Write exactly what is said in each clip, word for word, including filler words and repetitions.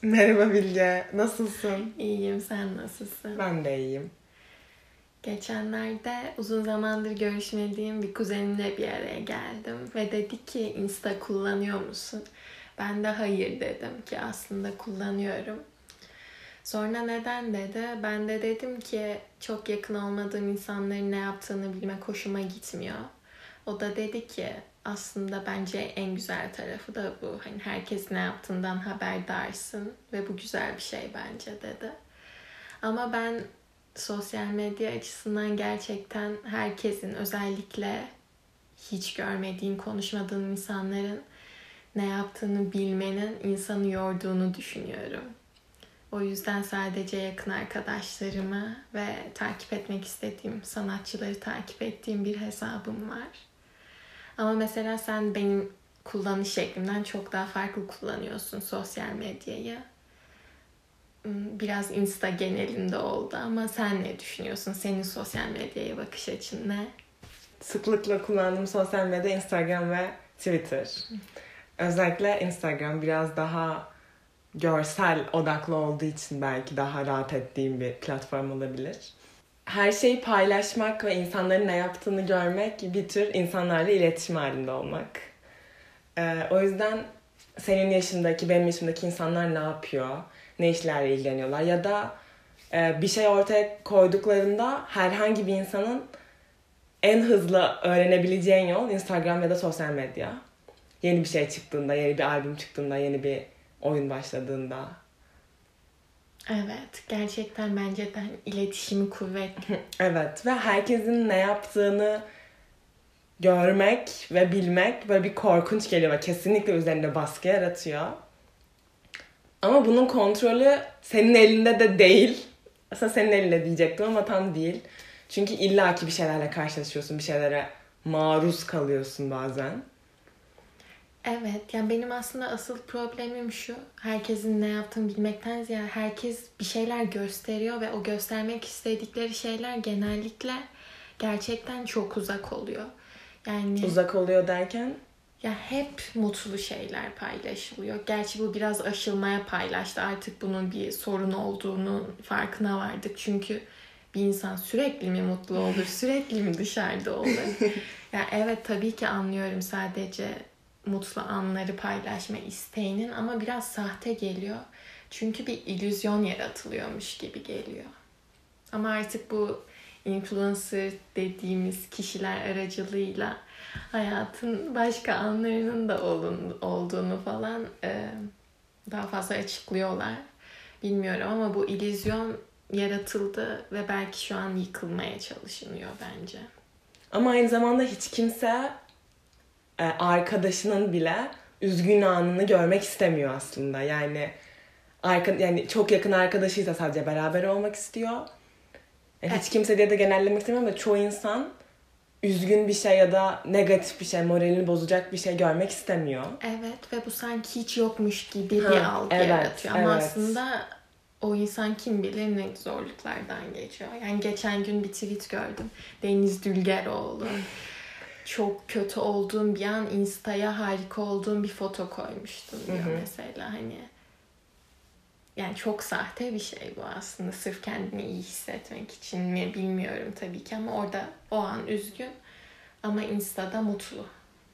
Merhaba Bilge, nasılsın? İyiyim, sen nasılsın? Ben de iyiyim. Geçenlerde uzun zamandır görüşmediğim bir kuzenimle bir araya geldim ve dedi ki Insta kullanıyor musun? Ben de hayır dedim ki aslında kullanıyorum. Sonra neden dedi? Ben de dedim ki çok yakın olmadığım insanların ne yaptığını bilmek hoşuma gitmiyor. O da dedi ki aslında bence en güzel tarafı da bu. Hani herkes ne yaptığından haberdarsın ve bu güzel bir şey bence dedi. Ama ben sosyal medya açısından gerçekten herkesin, özellikle hiç görmediğin, konuşmadığın insanların ne yaptığını bilmenin insanı yorduğunu düşünüyorum. O yüzden sadece yakın arkadaşlarımı ve takip etmek istediğim sanatçıları takip ettiğim bir hesabım var. Ama mesela sen benim kullanış şeklimden çok daha farklı kullanıyorsun sosyal medyayı. Biraz Insta genelinde oldu ama sen ne düşünüyorsun? Senin sosyal medyaya bakış açın ne? Sıklıkla kullandığım sosyal medya Instagram ve Twitter. Özellikle Instagram biraz daha görsel odaklı olduğu için belki daha rahat ettiğim bir platform olabilir. Her şeyi paylaşmak ve insanların ne yaptığını görmek bir tür insanlarla iletişim halinde olmak. Ee, o yüzden senin yaşındaki, benim yaşımdaki insanlar ne yapıyor, ne işlerle ilgileniyorlar ya da e, bir şey ortaya koyduklarında herhangi bir insanın en hızlı öğrenebileceğin yol Instagram ya da sosyal medya. Yeni bir şey çıktığında, yeni bir albüm çıktığında, yeni bir oyun başladığında. Evet, gerçekten bence de iletişimi kuvvetli. Evet ve herkesin ne yaptığını görmek ve bilmek böyle bir korkunç geliyor ve kesinlikle üzerinde baskı yaratıyor. Ama bunun kontrolü senin elinde de değil. Aslında senin elinde diyecektim ama tam değil. Çünkü illaki bir şeylerle karşılaşıyorsun, bir şeylere maruz kalıyorsun bazen. Evet, yani benim aslında asıl problemim şu. Herkesin ne yaptığını bilmekten ziyade herkes bir şeyler gösteriyor ve o göstermek istedikleri şeyler genellikle gerçekten çok uzak oluyor. Yani Uzak oluyor derken? ya hep mutlu şeyler paylaşılıyor. Gerçi bu biraz aşılmaya paylaştı. Artık bunun bir sorun olduğunu farkına vardık. Çünkü bir insan sürekli mi mutlu olur, sürekli mi dışarıda olur? Ya evet, tabii ki anlıyorum sadece mutlu anları paylaşma isteğinin ama biraz sahte geliyor. Çünkü bir illüzyon yaratılıyormuş gibi geliyor. Ama artık bu influencer dediğimiz kişiler aracılığıyla hayatın başka anlarının da olun, olduğunu falan e, daha fazla açıklıyorlar. Bilmiyorum ama bu illüzyon yaratıldı ve belki şu an yıkılmaya çalışılıyor bence. Ama aynı zamanda hiç kimse e, arkadaşının bile üzgün anını görmek istemiyor aslında. Yani arka, yani çok yakın arkadaşıysa sadece beraber olmak istiyor. Yani hiç kimse diye de genellemek istemiyorum da çoğu insan üzgün bir şey ya da negatif bir şey, moralini bozacak bir şey görmek istemiyor. Evet ve bu sanki hiç yokmuş gibi Ha, bir algı evet, yaratıyor. Ama evet. aslında o insan kim bilir ne zorluklardan geçiyor. Yani geçen gün bir tweet gördüm. Deniz Dülgeroğlu. Çok kötü olduğum bir an Insta'ya harika olduğum bir foto koymuştum diyor Hı hı. mesela. Hani yani çok sahte bir şey bu aslında. Sırf kendini iyi hissetmek için mi bilmiyorum tabii ki ama orada o an üzgün ama Insta'da mutlu.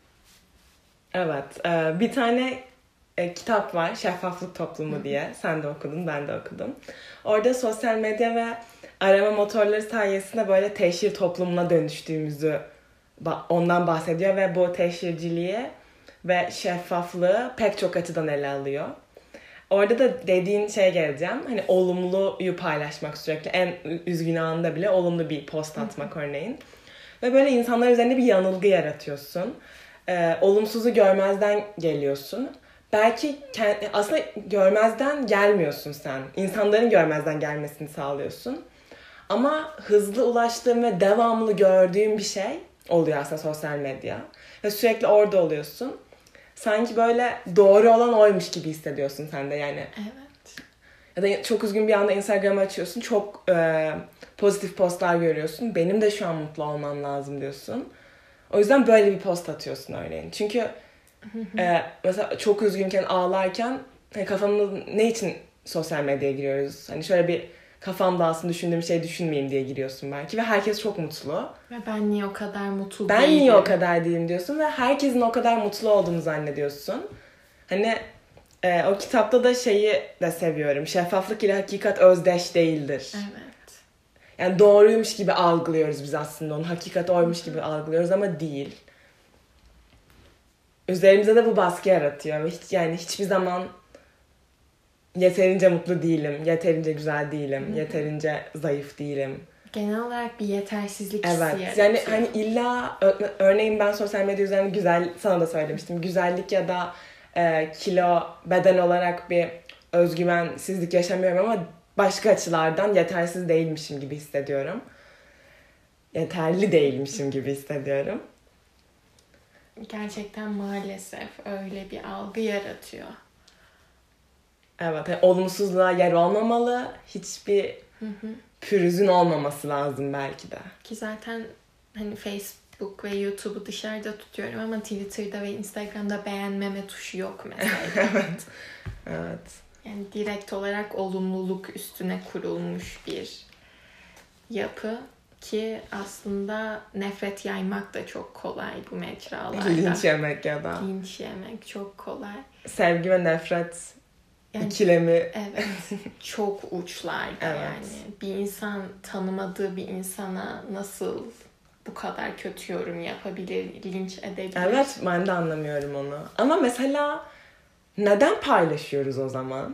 Evet. e, Bir tane e, kitap var. Şeffaflık Toplumu diye. Sen de okudun, ben de okudum. Orada sosyal medya ve arama motorları sayesinde böyle teşhir toplumuna dönüştüğümüzü ba- ondan bahsediyor ve bu teşhirciliği ve şeffaflığı pek çok açıdan ele alıyor. Orada da dediğin şeye geleceğim. Hani olumluyu paylaşmak sürekli. En üzgün anında bile olumlu bir post atmak örneğin. Ve böyle insanlar üzerinde bir yanılgı yaratıyorsun. Ee, olumsuzu görmezden geliyorsun. Belki kend- aslında görmezden gelmiyorsun sen. İnsanların görmezden gelmesini sağlıyorsun. Ama hızlı ulaştığın ve devamlı gördüğün bir şey oluyor aslında sosyal medya. Ve sürekli orada oluyorsun. Sanki böyle doğru olan oymuş gibi hissediyorsun sen de yani. Evet. Ya da çok üzgün bir anda Instagram'ı açıyorsun. Çok e, pozitif postlar görüyorsun. Benim de şu an mutlu olmam lazım diyorsun. O yüzden böyle bir post atıyorsun örneğin. Çünkü e, mesela çok üzgünken, ağlarken hani kafamız ne için sosyal medyaya giriyoruz? Hani şöyle bir kafam dağılsın, düşündüğüm şey düşünmeyeyim diye giriyorsun belki ve herkes çok mutlu. Ve ben niye o kadar mutlu ben değilim? Ben niye o kadar değilim diyorsun ve herkesin o kadar mutlu olduğunu zannediyorsun. Hani e, o kitapta da şeyi de seviyorum. Şeffaflık ile hakikat özdeş değildir. Evet. Yani doğruymuş gibi algılıyoruz biz aslında onu. Hakikat oymuş gibi algılıyoruz ama değil. Üzerimize de bu baskı yaratıyor. Ve hiç, yani hiçbir zaman yeterince mutlu değilim, yeterince güzel değilim, Hı-hı. yeterince zayıf değilim. Genel olarak bir yetersizlik evet. hissi yaratıyor. Yani hani illa örneğin ben sosyal medya üzerinde güzel, sana da söylemiştim. Güzellik ya da e, kilo, beden olarak bir özgüvensizlik yaşamıyorum ama başka açılardan yetersiz değilmişim gibi hissediyorum. Yeterli değilmişim gibi hissediyorum. Gerçekten maalesef öyle bir algı yaratıyor. Evet, yani olumsuzluğa yer olmamalı. Hiçbir hı hı. pürüzün olmaması lazım belki de. Ki zaten hani Facebook ve YouTube'u dışarıda tutuyorum ama Twitter'da ve Instagram'da beğenmeme tuşu yok mesela. evet. Evet. Yani direkt olarak olumluluk üstüne kurulmuş bir yapı ki aslında nefret yaymak da çok kolay bu mecralarda. Linç yemek ya da. Linç yemek çok kolay. Sevgi ve nefret yani, ikilemi. Evet. Çok uçlarda evet. yani. Bir insan tanımadığı bir insana nasıl bu kadar kötü yorum yapabilir, linç edebilir? Evet, ben de anlamıyorum onu. Ama mesela neden paylaşıyoruz o zaman?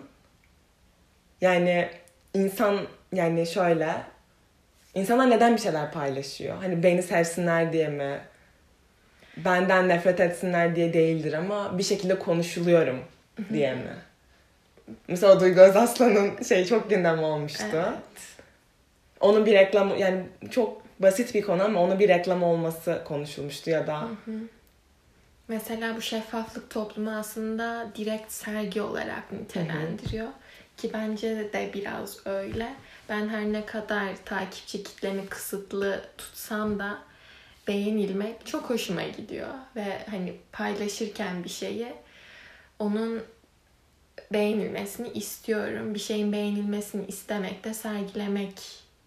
Yani insan yani şöyle insanlar neden bir şeyler paylaşıyor? Hani beni sevsinler diye mi? Benden nefret etsinler diye değildir ama bir şekilde konuşuluyorum diye mi? Mesela o Duygu Özaslan'ın şey çok gündem olmuştu. Evet. Onun bir reklam yani çok basit bir konu ama onun bir reklam olması konuşulmuştu ya da. Hı hı. Mesela bu şeffaflık toplumu aslında direkt sergi olarak nitelendiriyor. Hı hı. Ki bence de biraz öyle. Ben her ne kadar takipçi kitlemi kısıtlı tutsam da beğenilmek çok hoşuma gidiyor. Ve hani paylaşırken bir şeyi onun beğenilmesini istiyorum. Bir şeyin beğenilmesini istemek de sergilemek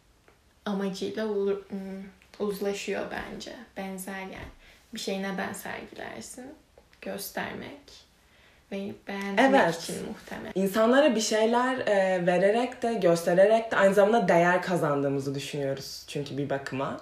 amacıyla uzlaşıyor bence. Benzer yani. Bir şeyi neden sergilersin? Göstermek ve beğenmek evet. için muhtemelen. İnsanlara bir şeyler e, vererek de göstererek de aynı zamanda değer kazandığımızı düşünüyoruz. Çünkü bir bakıma.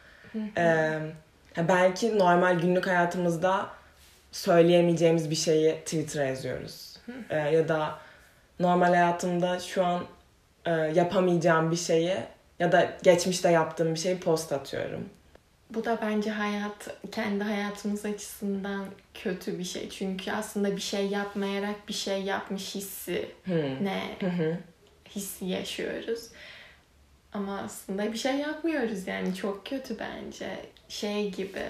e, belki normal günlük hayatımızda söyleyemeyeceğimiz bir şeyi Twitter'a yazıyoruz. e, ya da normal hayatımda şu an e, yapamayacağım bir şeyi ya da geçmişte yaptığım bir şeyi post atıyorum. Bu da bence hayat, kendi hayatımız açısından kötü bir şey. Çünkü aslında bir şey yapmayarak bir şey yapmış hissi hmm. ne hmm. hissi yaşıyoruz. Ama aslında bir şey yapmıyoruz yani çok kötü bence. Şey gibi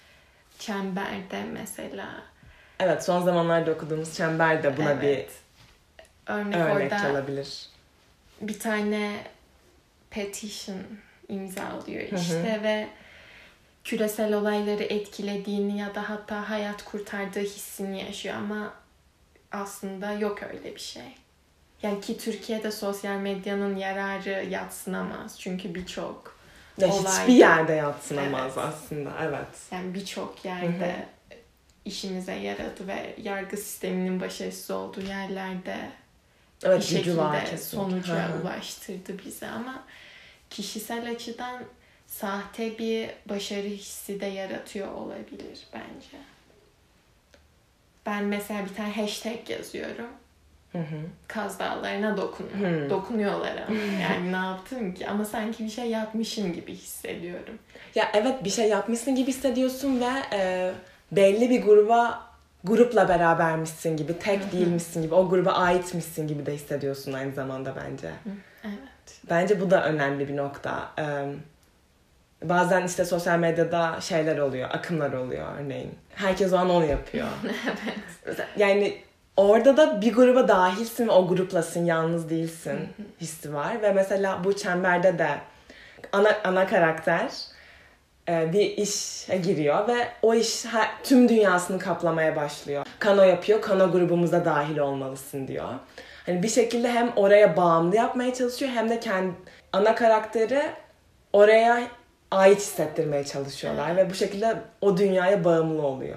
Çember'de mesela. Evet, son zamanlarda okuduğumuz Çember de buna evet. bir örnek, örnek çalabilir. Bir tane petition imzalıyor işte hı hı. ve küresel olayları etkilediğini ya da hatta hayat kurtardığı hissini yaşıyor ama aslında yok öyle bir şey. Yani ki Türkiye'de sosyal medyanın yararı yadsınamaz. Çünkü birçok olayda... Hiçbir yerde yadsınamaz evet. aslında. Evet. Yani birçok yerde Hı-hı. işimize yaradı ve yargı sisteminin başarısız olduğu yerlerde evet, bir şekilde sonuca Hı-hı. ulaştırdı bizi ama kişisel açıdan sahte bir başarı hissi de yaratıyor olabilir bence. Ben mesela bir tane hashtag yazıyorum. Hı hı. Kaz Dağları'na dokun. Hı. Dokunuyorlar ama. Yani ne yaptım ki? Ama sanki bir şey yapmışım gibi hissediyorum. Ya evet bir şey yapmışsın gibi hissediyorsun ve e, belli bir gruba grupla berabermişsin gibi, tek Hı-hı. değilmişsin gibi, o gruba aitmişsin gibi de hissediyorsun aynı zamanda bence. Hı. Evet. Bence bu da önemli bir nokta. Ee, bazen işte sosyal medyada şeyler oluyor, akımlar oluyor örneğin. Herkes o an onu yapıyor. Evet. Yani orada da bir gruba dahilsin ve o gruplasın, yalnız değilsin hissi var. Ve mesela bu Çember'de de ana, ana karakter e, bir işe giriyor ve o iş her, tüm dünyasını kaplamaya başlıyor. Kano yapıyor, Kano grubumuza dahil olmalısın diyor. Hani bir şekilde hem oraya bağımlı yapmaya çalışıyor hem de kendi ana karakteri oraya ait hissettirmeye çalışıyorlar ve bu şekilde o dünyaya bağımlı oluyor.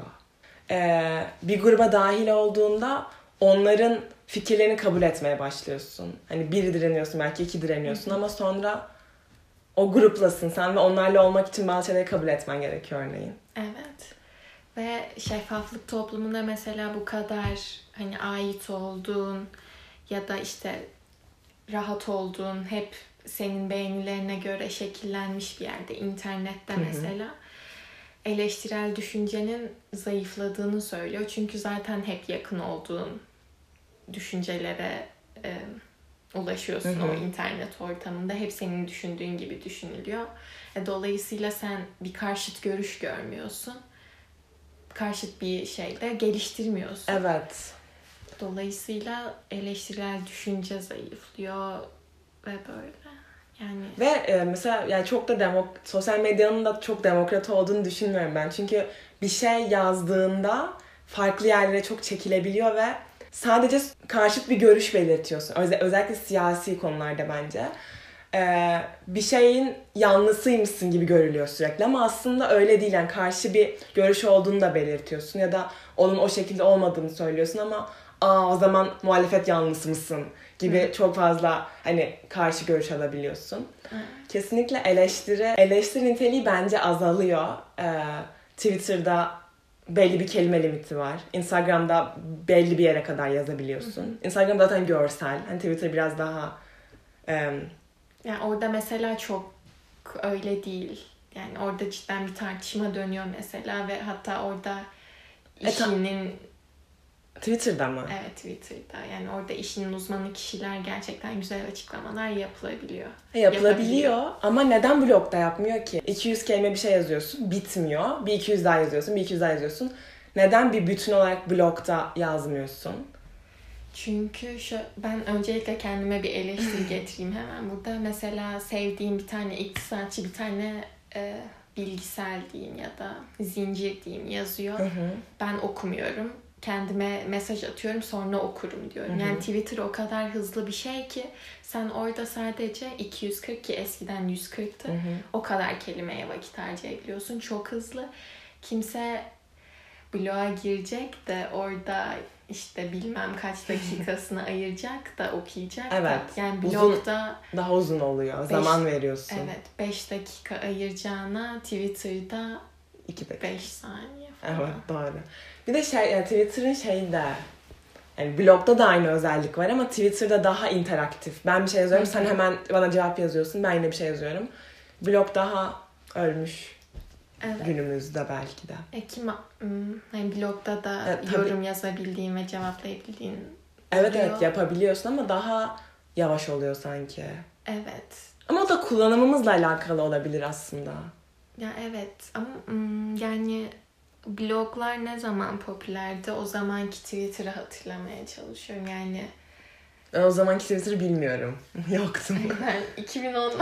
Ee, bir gruba dahil olduğunda onların fikirlerini kabul etmeye başlıyorsun. Hani biri direniyorsun, belki iki direniyorsun ama sonra o gruplasın sen ve onlarla olmak için bazı şeyleri kabul etmen gerekiyor örneğin. Evet. Ve şeffaflık toplumunda mesela bu kadar hani ait olduğun ya da işte rahat olduğun hep senin beğenilerine göre şekillenmiş bir yerde, internette mesela eleştirel düşüncenin zayıfladığını söylüyor. Çünkü zaten hep yakın olduğun düşüncelere e, ulaşıyorsun hı hı. o internet ortamında. Hep senin düşündüğün gibi düşünülüyor. E, dolayısıyla sen bir karşıt görüş görmüyorsun. Karşıt bir şey de geliştirmiyorsun. Evet. Dolayısıyla eleştirel düşünce zayıflıyor ve böyle. Yani Ve e, mesela yani çok da demok sosyal medyanın da çok demokrat olduğunu düşünmüyorum ben. Çünkü bir şey yazdığında farklı yerlere çok çekilebiliyor ve sadece karşıt bir görüş belirtiyorsun. Özel, özellikle siyasi konularda bence. Ee, bir şeyin yanlısıymışsın gibi görülüyor sürekli ama aslında öyle değil. Yani karşı bir görüş olduğunu da belirtiyorsun ya da onun o şekilde olmadığını söylüyorsun ama aa o zaman muhalefet yanlısı mısın gibi Hı. çok fazla hani karşı görüş alabiliyorsun. Hı. Kesinlikle eleştiri, eleştiri niteliği bence azalıyor. Ee, Twitter'da belli bir kelime limiti var. Instagram'da belli bir yere kadar yazabiliyorsun. Hı hı. Instagram zaten görsel. Hani Twitter biraz daha e, yani orada mesela çok öyle değil. Yani orada cidden bir tartışma dönüyor mesela ve hatta orada işinin... E, Twitter'da mı? Evet, Twitter'da. Yani orada işinin uzmanı kişiler gerçekten güzel açıklamalar yapılabiliyor. E, yapılabiliyor, yapabiliyor ama neden blogda yapmıyor ki? iki yüz kelime bir şey yazıyorsun, bitmiyor. Bir iki yüz daha yazıyorsun, bir iki yüz daha yazıyorsun. Neden bir bütün olarak blogda yazmıyorsun? Çünkü şu, ben öncelikle kendime bir eleştiri getireyim hemen burada. Mesela sevdiğim bir tane iktisatçı, bir tane e, bilgisel diyeyim ya da zincir diyeyim yazıyor. Hı hı. Ben okumuyorum. Kendime mesaj atıyorum, sonra okurum diyorum. Hı hı. Yani Twitter o kadar hızlı bir şey ki sen orada sadece iki yüz kırk ki eskiden yüz kırktı. Hı hı. O kadar kelimeye vakit harcayabiliyorsun. Çok hızlı. Kimse bloğa girecek de orada işte bilmem kaç dakikasını ayıracak da okuyacak evet, da. Yani blogda uzun, daha uzun oluyor. Beş, zaman veriyorsun. Evet. beş dakika ayıracağına Twitter'da iki dakika. beş saniye falan. Evet, doğru. Bir de şey yani Twitter'ın şeyi de yani blogda da aynı özellik var ama Twitter'da daha interaktif. Ben bir şey yazıyorum, sen hemen bana cevap yazıyorsun. Ben yine bir şey yazıyorum. Blog daha ölmüş. Evet. Günümüzde belki de. E kim yani blogda da evet, yorum yazabildiğin ve cevaplayabildiğin evet oluyor. Evet yapabiliyorsun ama daha yavaş oluyor sanki. Evet. Ama o da kullanımımızla alakalı olabilir aslında. Ya evet ama yani bloglar ne zaman popülerdi? O zamanki Twitter'ı hatırlamaya çalışıyorum yani. O zamanki Twitter'ı bilmiyorum. Yoktum. Ben iki bin on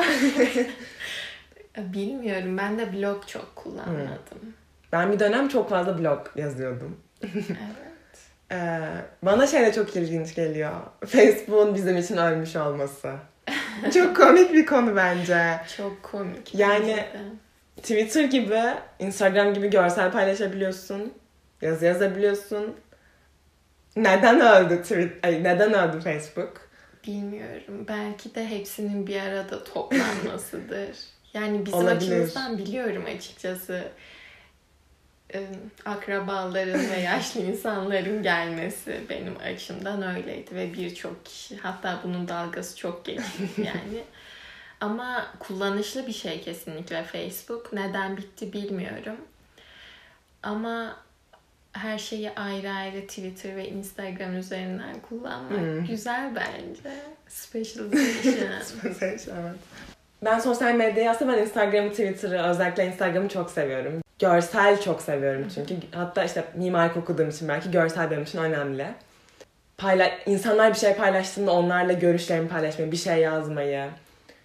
bilmiyorum. Ben de blog çok kullanmadım. Hmm. Ben bir dönem çok fazla blog yazıyordum. Evet. ee, bana şey de çok ilginç geliyor. Facebook'un bizim için ölmüş olması. Çok komik bir konu bence. Çok komik. Yani Twitter gibi, Instagram gibi görsel paylaşabiliyorsun. Yazı yazabiliyorsun. Neden öldü Twitter? Ay, neden öldü Facebook? Bilmiyorum. Belki de hepsinin bir arada toplanmasıdır. Yani bizim Olabilir. Açımızdan biliyorum açıkçası. Akrabaların ve yaşlı insanların gelmesi benim açımdan öyleydi ve birçok kişi, hatta bunun dalgası çok geçti yani. Ama kullanışlı bir şey kesinlikle Facebook. Neden bitti bilmiyorum. Ama her şeyi ayrı ayrı Twitter ve Instagram üzerinden kullanmak hmm. güzel bence. Specialization. Specialization, evet. Ben sosyal medyayı aslında ben Instagram'ı, Twitter'ı, özellikle Instagram'ı çok seviyorum. Görsel çok seviyorum çünkü. Hatta işte mimarlık okuduğum için belki görsel benim için önemli. Payla- İnsanlar bir şey paylaştığında onlarla görüşlerimi paylaşmayı, bir şey yazmayı,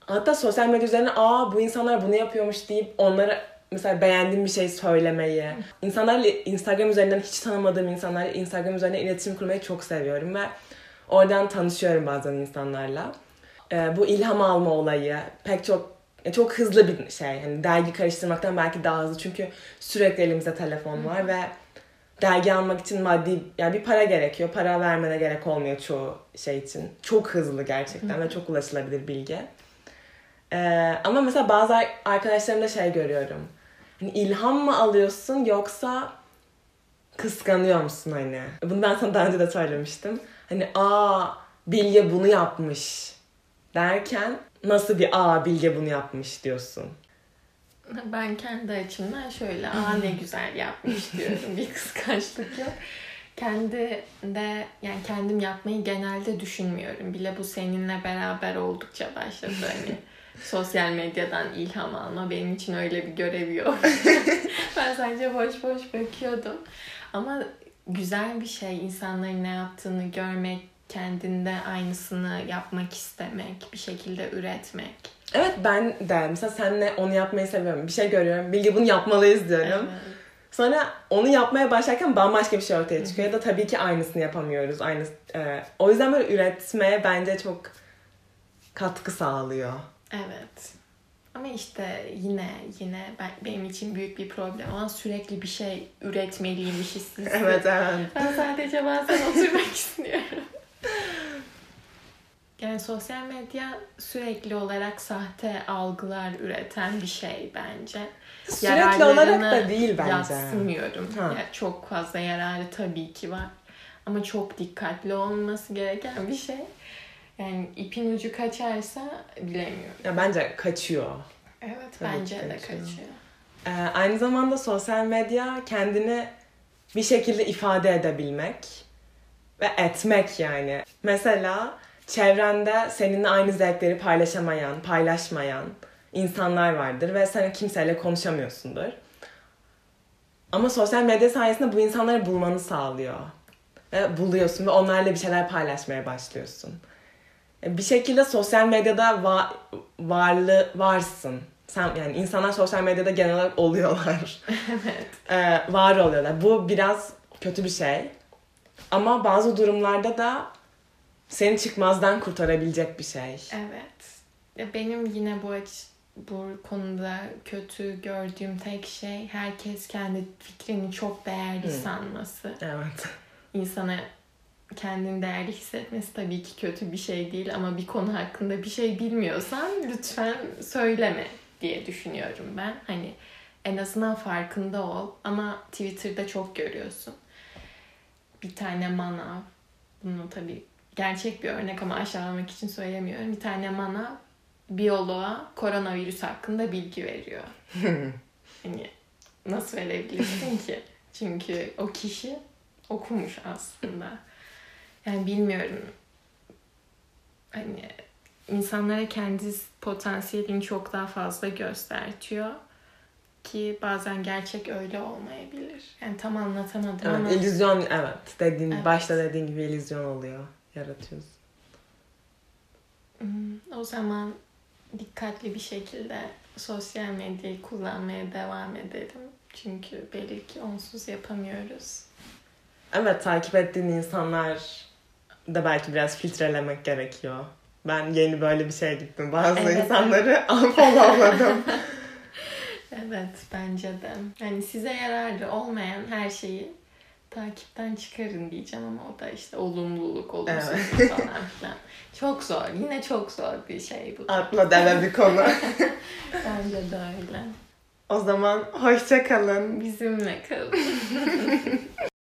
Hatta sosyal medya üzerine aa bu insanlar bunu yapıyormuş deyip onlara mesela beğendiğim bir şey söylemeyi. İnsanlarla Instagram üzerinden hiç tanımadığım insanlarla Instagram üzerinden iletişim kurmayı çok seviyorum ve oradan tanışıyorum bazen insanlarla. Ee, bu ilham alma olayı pek çok çok hızlı bir şey. Hani dergi karıştırmaktan belki daha hızlı çünkü sürekli elimizde telefon var ve dergi almak için maddi yani bir para gerekiyor. Para vermene gerek olmuyor çoğu şey için. Çok hızlı gerçekten ve çok ulaşılabilir bilgi. Ee, ama mesela bazı arkadaşlarımda şey görüyorum. Hani ilham mı alıyorsun yoksa kıskanıyor musun hani? Bunu ben sana daha önce de söylemiştim. Hani aa Bilge bunu yapmış derken nasıl bir aa Bilge bunu yapmış diyorsun? Ben kendi açımdan şöyle aa ne güzel yapmış diyorum. Bir kıskançlık yok. Kendi de yani kendim yapmayı genelde düşünmüyorum. Bile bu seninle beraber oldukça başladı hani. Sosyal medyadan ilham alma benim için öyle bir görev yok. Ben sadece boş boş bakıyordum. Ama güzel bir şey insanların ne yaptığını görmek, kendinde aynısını yapmak istemek, bir şekilde üretmek. Evet ben de mesela seninle onu yapmayı seviyorum. Bir şey görüyorum. Bilge bunu yapmalıyız diyorum. Evet. Sonra onu yapmaya başlarken bambaşka bir şey ortaya çıkıyor. Ya da tabii ki aynısını yapamıyoruz. Aynı, e, o yüzden böyle üretmeye bence çok katkı sağlıyor. Evet. Ama işte yine yine ben, benim için büyük bir problem olan sürekli bir şey üretmeliymiş hissi. Evet evet. Ben sadece bazen oturmak istiyorum. Yani sosyal medya sürekli olarak sahte algılar üreten bir şey bence. Sürekli olarak da değil bence. Yadsımıyorum. Yani çok fazla yararı tabii ki var. Ama çok dikkatli olması gereken bir şey. Yani ipin ucu kaçarsa bilemiyorum. Ya bence kaçıyor. Evet tabii bence kaçıyor. de kaçıyor. Ee, aynı zamanda sosyal medya kendini bir şekilde ifade edebilmek ve etmek yani. Mesela çevrende seninle aynı zevkleri paylaşamayan, paylaşmayan insanlar vardır ve sen kimseyle konuşamıyorsundur. Ama sosyal medya sayesinde bu insanları bulmanı sağlıyor. Ve buluyorsun ve onlarla bir şeyler paylaşmaya başlıyorsun. Bir şekilde sosyal medyada va- varlı varsın. Sen yani insanlar sosyal medyada genel olarak oluyorlar. Evet. Ee, var oluyorlar. Bu biraz kötü bir şey. Ama bazı durumlarda da seni çıkmazdan kurtarabilecek bir şey. Evet. Ya benim yine bu aç bu konuda kötü gördüğüm tek şey herkes kendi fikrini çok değerli hmm. sanması. Evet. İnsana kendini değerli hissetmesi tabii ki kötü bir şey değil ama bir konu hakkında bir şey bilmiyorsan lütfen söyleme diye düşünüyorum ben. Hani en azından farkında ol ama Twitter'da çok görüyorsun. Bir tane manav, bunu tabii gerçek bir örnek ama aşağılamak için söylemiyorum. Bir tane manav biyoloğa koronavirüs hakkında bilgi veriyor. Hani nasıl verebilirsin ki? Çünkü o kişi okumuş aslında. Yani bilmiyorum. Hani insanlara kendi potansiyelini çok daha fazla göstertiyor ki bazen gerçek öyle olmayabilir. Yani tam anlatamadım evet, ama. İllüzyon evet. Dediğin, evet. Başta dediğin gibi illüzyon oluyor. Yaratıyorsun. O zaman dikkatli bir şekilde sosyal medyayı kullanmaya devam edelim. Çünkü belli ki onsuz yapamıyoruz. Evet, takip ettiğin insanlar da belki biraz filtrelemek gerekiyor. Ben yeni böyle bir şeye gittim. Bazı evet, insanları unfollowladım. Evet, bence de. Yani size yararlı olmayan her şeyi takipten çıkarın diyeceğim ama o da işte olumluluk, olumsuzluk evet. falan filan. Çok zor. Yine çok zor bir şey bu. Atla deme bir konu. Bence de öyle. O zaman hoşça kalın. Bizimle kalın.